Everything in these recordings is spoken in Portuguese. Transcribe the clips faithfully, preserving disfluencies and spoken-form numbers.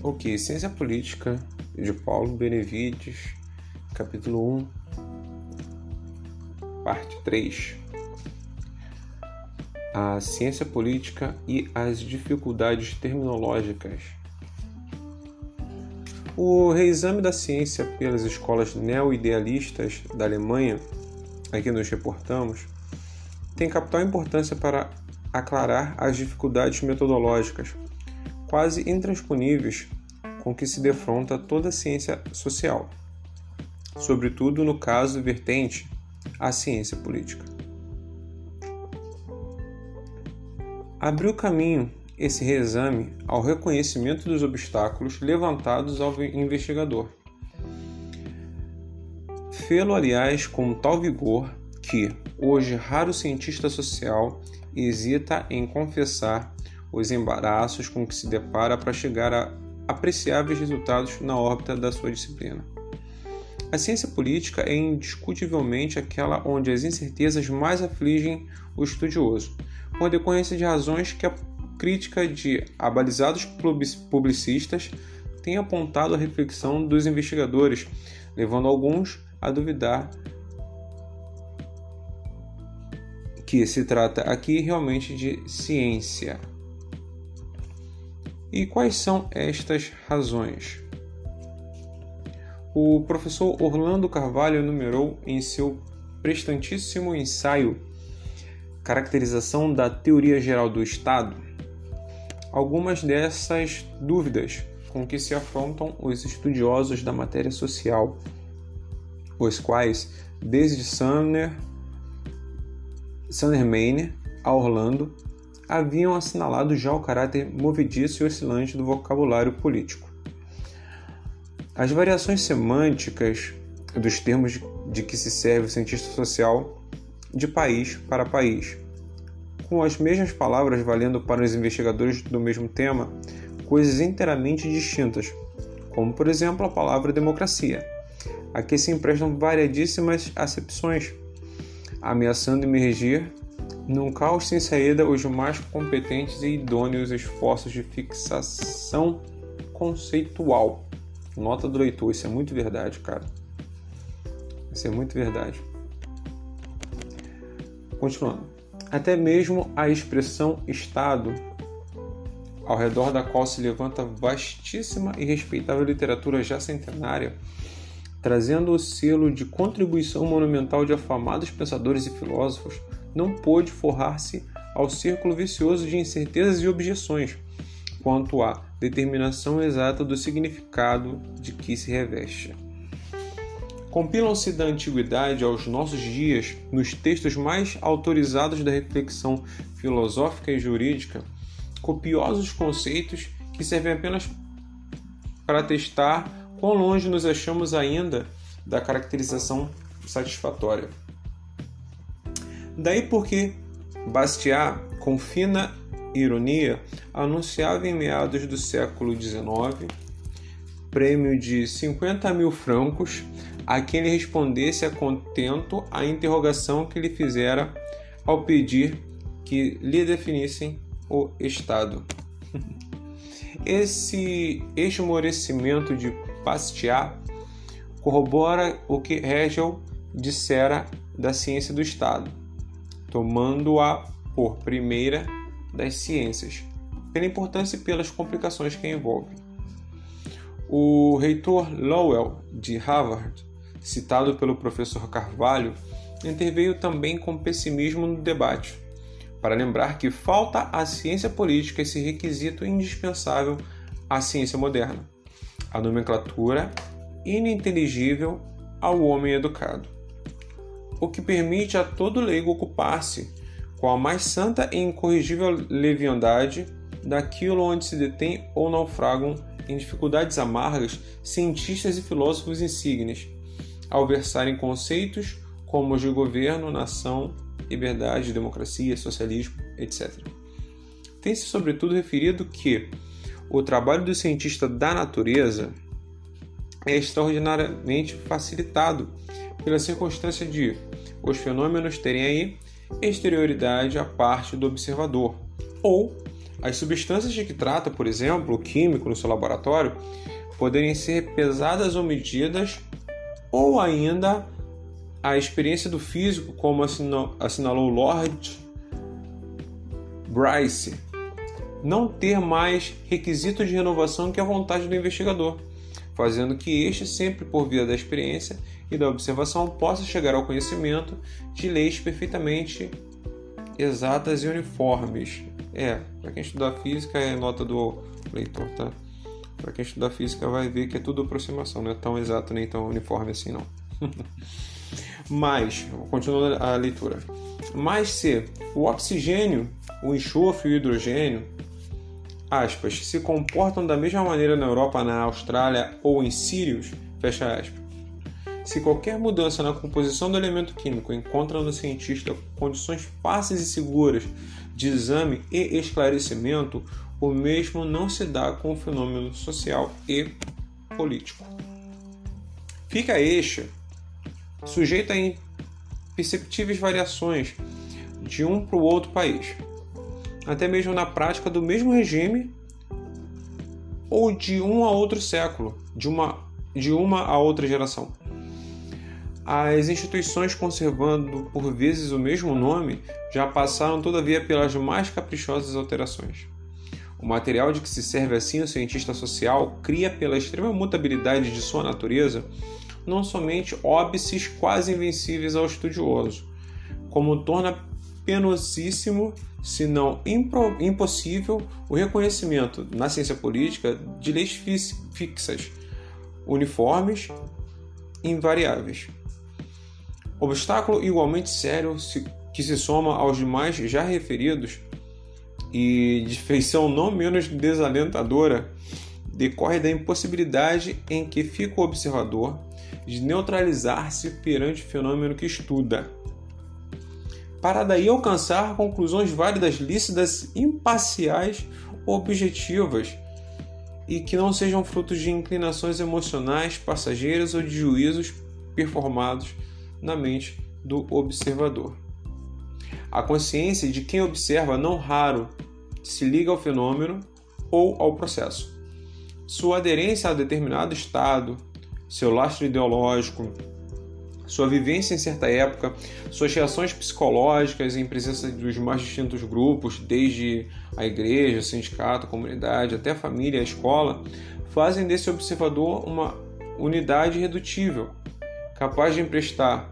Ok, Ciência Política, de Paulo Benevides, capítulo um, parte três. A ciência política e as dificuldades terminológicas. O reexame da ciência pelas escolas neo-idealistas da Alemanha, a que nos reportamos, tem capital importância para aclarar as dificuldades metodológicas, quase intransponíveis, com que se defronta toda a ciência social, sobretudo no caso vertente a ciência política. Abriu caminho esse reexame ao reconhecimento dos obstáculos levantados ao investigador. Fê-lo, aliás, com tal vigor que, hoje, raro cientista social hesita em confessar os embaraços com que se depara para chegar a apreciáveis resultados na órbita da sua disciplina. A ciência política é indiscutivelmente aquela onde as incertezas mais afligem o estudioso, por decorrência de razões que a crítica de abalizados publicistas tem apontado à reflexão dos investigadores, levando alguns a duvidar que se trata aqui realmente de ciência. E quais são estas razões? O professor Orlando Carvalho enumerou em seu prestantíssimo ensaio Caracterização da Teoria Geral do Estado algumas dessas dúvidas com que se afrontam os estudiosos da matéria social, os quais, desde Sumner, Sundermann a Orlando, haviam assinalado já o caráter movediço e oscilante do vocabulário político. As variações semânticas dos termos de, de que se serve o cientista social de país para país, com as mesmas palavras valendo para os investigadores do mesmo tema, coisas inteiramente distintas, como, por exemplo, a palavra democracia, a que se emprestam variadíssimas acepções, ameaçando emergir num caos sem saída os mais competentes e idôneos esforços de fixação conceitual. Nota do leitor, isso é muito verdade, cara. Isso é muito verdade. Continuando. Até mesmo a expressão Estado, ao redor da qual se levanta vastíssima e respeitável literatura já centenária, trazendo o selo de contribuição monumental de afamados pensadores e filósofos, não pôde forrar-se ao círculo vicioso de incertezas e objeções quanto à determinação exata do significado de que se reveste. Compilam-se da antiguidade aos nossos dias, nos textos mais autorizados da reflexão filosófica e jurídica, copiosos conceitos que servem apenas para testar quão longe nos achamos ainda da caracterização satisfatória. Daí porque Bastiat, com fina ironia, anunciava em meados do século dezenove prêmio de cinquenta mil francos a quem lhe respondesse a contento à interrogação que lhe fizera ao pedir que lhe definissem o Estado. Esse esmorecimento de Bastiat corrobora o que Hegel dissera da ciência do Estado, tomando-a por primeira das ciências, pela importância e pelas complicações que a envolve. O reitor Lowell, de Harvard, citado pelo professor Carvalho, interveio também com pessimismo no debate, para lembrar que falta à ciência política esse requisito indispensável à ciência moderna, a nomenclatura ininteligível ao homem educado, o que permite a todo leigo ocupar-se com a mais santa e incorrigível leviandade daquilo onde se detém ou naufragam em dificuldades amargas cientistas e filósofos insígnes, ao versarem conceitos como os de governo, nação, liberdade, democracia, socialismo, etcétera. Tem-se sobretudo referido que o trabalho do cientista da natureza é extraordinariamente facilitado pela circunstância de os fenômenos terem aí exterioridade à parte do observador, ou As substâncias de que trata, por exemplo, o químico no seu laboratório, poderem ser pesadas ou medidas, ou ainda a experiência do físico, como assinalou Lord Bryce, não ter mais requisito de renovação que a vontade do investigador, fazendo que este, sempre por via da experiência e da observação, possa chegar ao conhecimento de leis perfeitamente exatas e uniformes. É, para quem estudar física é nota do leitor, tá? Para quem estudar física vai ver que é tudo aproximação, não é tão exato nem tão uniforme assim não. Mas, continuando a leitura. Mas se o oxigênio, o enxofre e o hidrogênio, aspas, se comportam da mesma maneira na Europa, na Austrália ou em Sírios, fecha aspas. Se qualquer mudança na composição do elemento químico encontra no cientista condições fáceis e seguras de exame e esclarecimento, o mesmo não se dá com o fenômeno social e político. Fica este sujeito a imperceptíveis variações de um para o outro país, até mesmo na prática do mesmo regime ou de um a outro século, de uma, de uma a outra geração. As instituições, conservando por vezes o mesmo nome, já passaram todavia pelas mais caprichosas alterações. O material de que se serve assim o cientista social cria, pela extrema mutabilidade de sua natureza, não somente óbices quase invencíveis ao estudioso, como torna penosíssimo, se não impro- impossível, o reconhecimento, na ciência política, de leis fixas, uniformes, invariáveis. Obstáculo igualmente sério que se soma aos demais já referidos e de feição não menos desalentadora, decorre da impossibilidade em que fica o observador de neutralizar-se perante o fenômeno que estuda, para daí alcançar conclusões válidas, lícitas, imparciais, objetivas, e que não sejam frutos de inclinações emocionais passageiras ou de juízos performados na mente do observador. A consciência de quem observa não raro se liga ao fenômeno ou ao processo. Sua aderência a determinado estado, seu lastro ideológico, sua vivência em certa época, suas reações psicológicas em presença dos mais distintos grupos, desde a igreja, o sindicato, a comunidade, até a família, a escola, fazem desse observador uma unidade irredutível, capaz de emprestar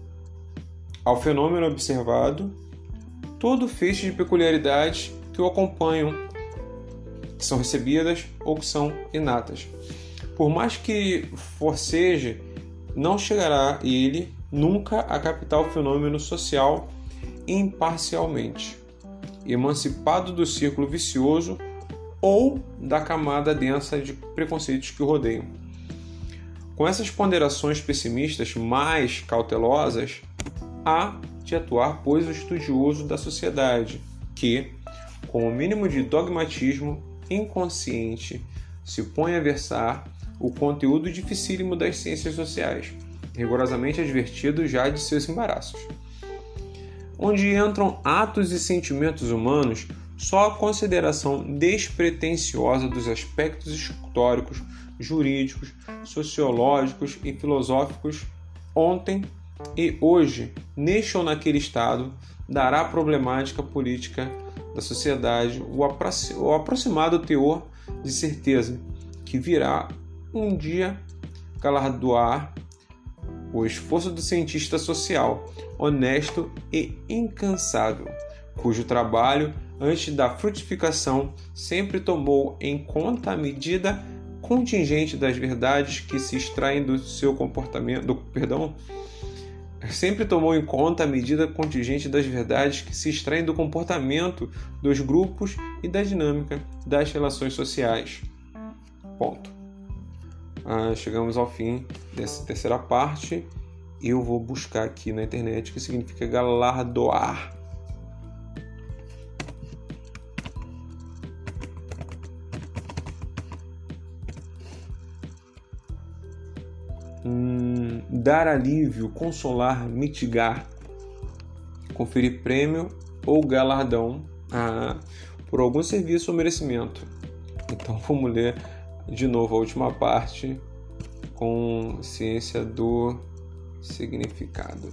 ao fenômeno observado todo o feixe de peculiaridades que o acompanham, que são recebidas ou que são inatas. Por mais que forceje, não chegará ele nunca a captar o fenômeno social imparcialmente, emancipado do círculo vicioso ou da camada densa de preconceitos que o rodeiam. Com essas ponderações pessimistas mais cautelosas, há de atuar, pois, o estudioso da sociedade, que, com o mínimo de dogmatismo inconsciente, se põe a versar o conteúdo dificílimo das ciências sociais, rigorosamente advertido já de seus embaraços. Onde entram atos e sentimentos humanos, só a consideração despretensiosa dos aspectos históricos, jurídicos, sociológicos e filosóficos ontem e hoje, neste ou naquele estado, dará à problemática política da sociedade o aproximado teor de certeza que virá um dia galardoar o esforço do cientista social, honesto e incansável, cujo trabalho, antes da frutificação, sempre tomou em conta a medida contingente das verdades que se extraem do seu comportamento, do, perdão, sempre tomou em conta a medida contingente das verdades que se extraem do comportamento dos grupos e da dinâmica das relações sociais. Ponto. Ah, chegamos ao fim dessa terceira parte. Eu vou buscar aqui na internet o que significa galardoar. Hum, dar alívio, consolar, mitigar, conferir prêmio ou galardão. Ah, por algum serviço ou merecimento. Então vamos ler de novo a última parte com ciência do significado.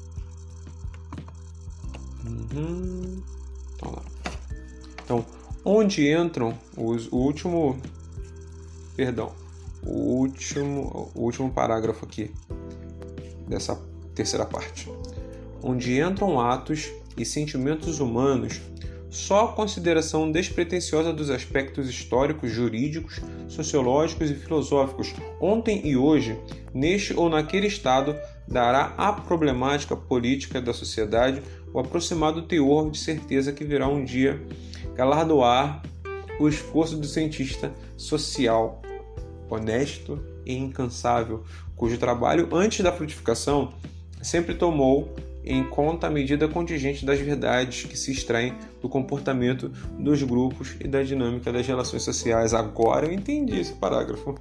Uhum. Então, lá. Então, onde entram os, o último, perdão, o último, o último parágrafo aqui dessa terceira parte. Onde entram atos e sentimentos humanos, só a consideração despretensiosa dos aspectos históricos, jurídicos, sociológicos e filosóficos, ontem e hoje, neste ou naquele estado, dará à problemática política da sociedade o aproximado teor de certeza que virá um dia galardoar o esforço do cientista social, honesto e incansável, cujo trabalho, antes da frutificação, sempre tomou em conta a medida contingente das verdades que se extraem do comportamento dos grupos e da dinâmica das relações sociais. Agora eu entendi esse parágrafo.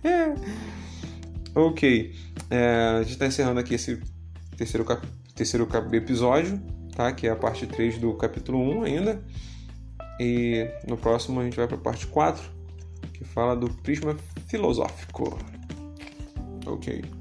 Ok, é, a gente está encerrando aqui esse terceiro, cap- terceiro cap- episódio, tá? Que é a parte três do capítulo um ainda. E no próximo a gente vai para a parte quatro, que fala do prisma filosófico. Ok.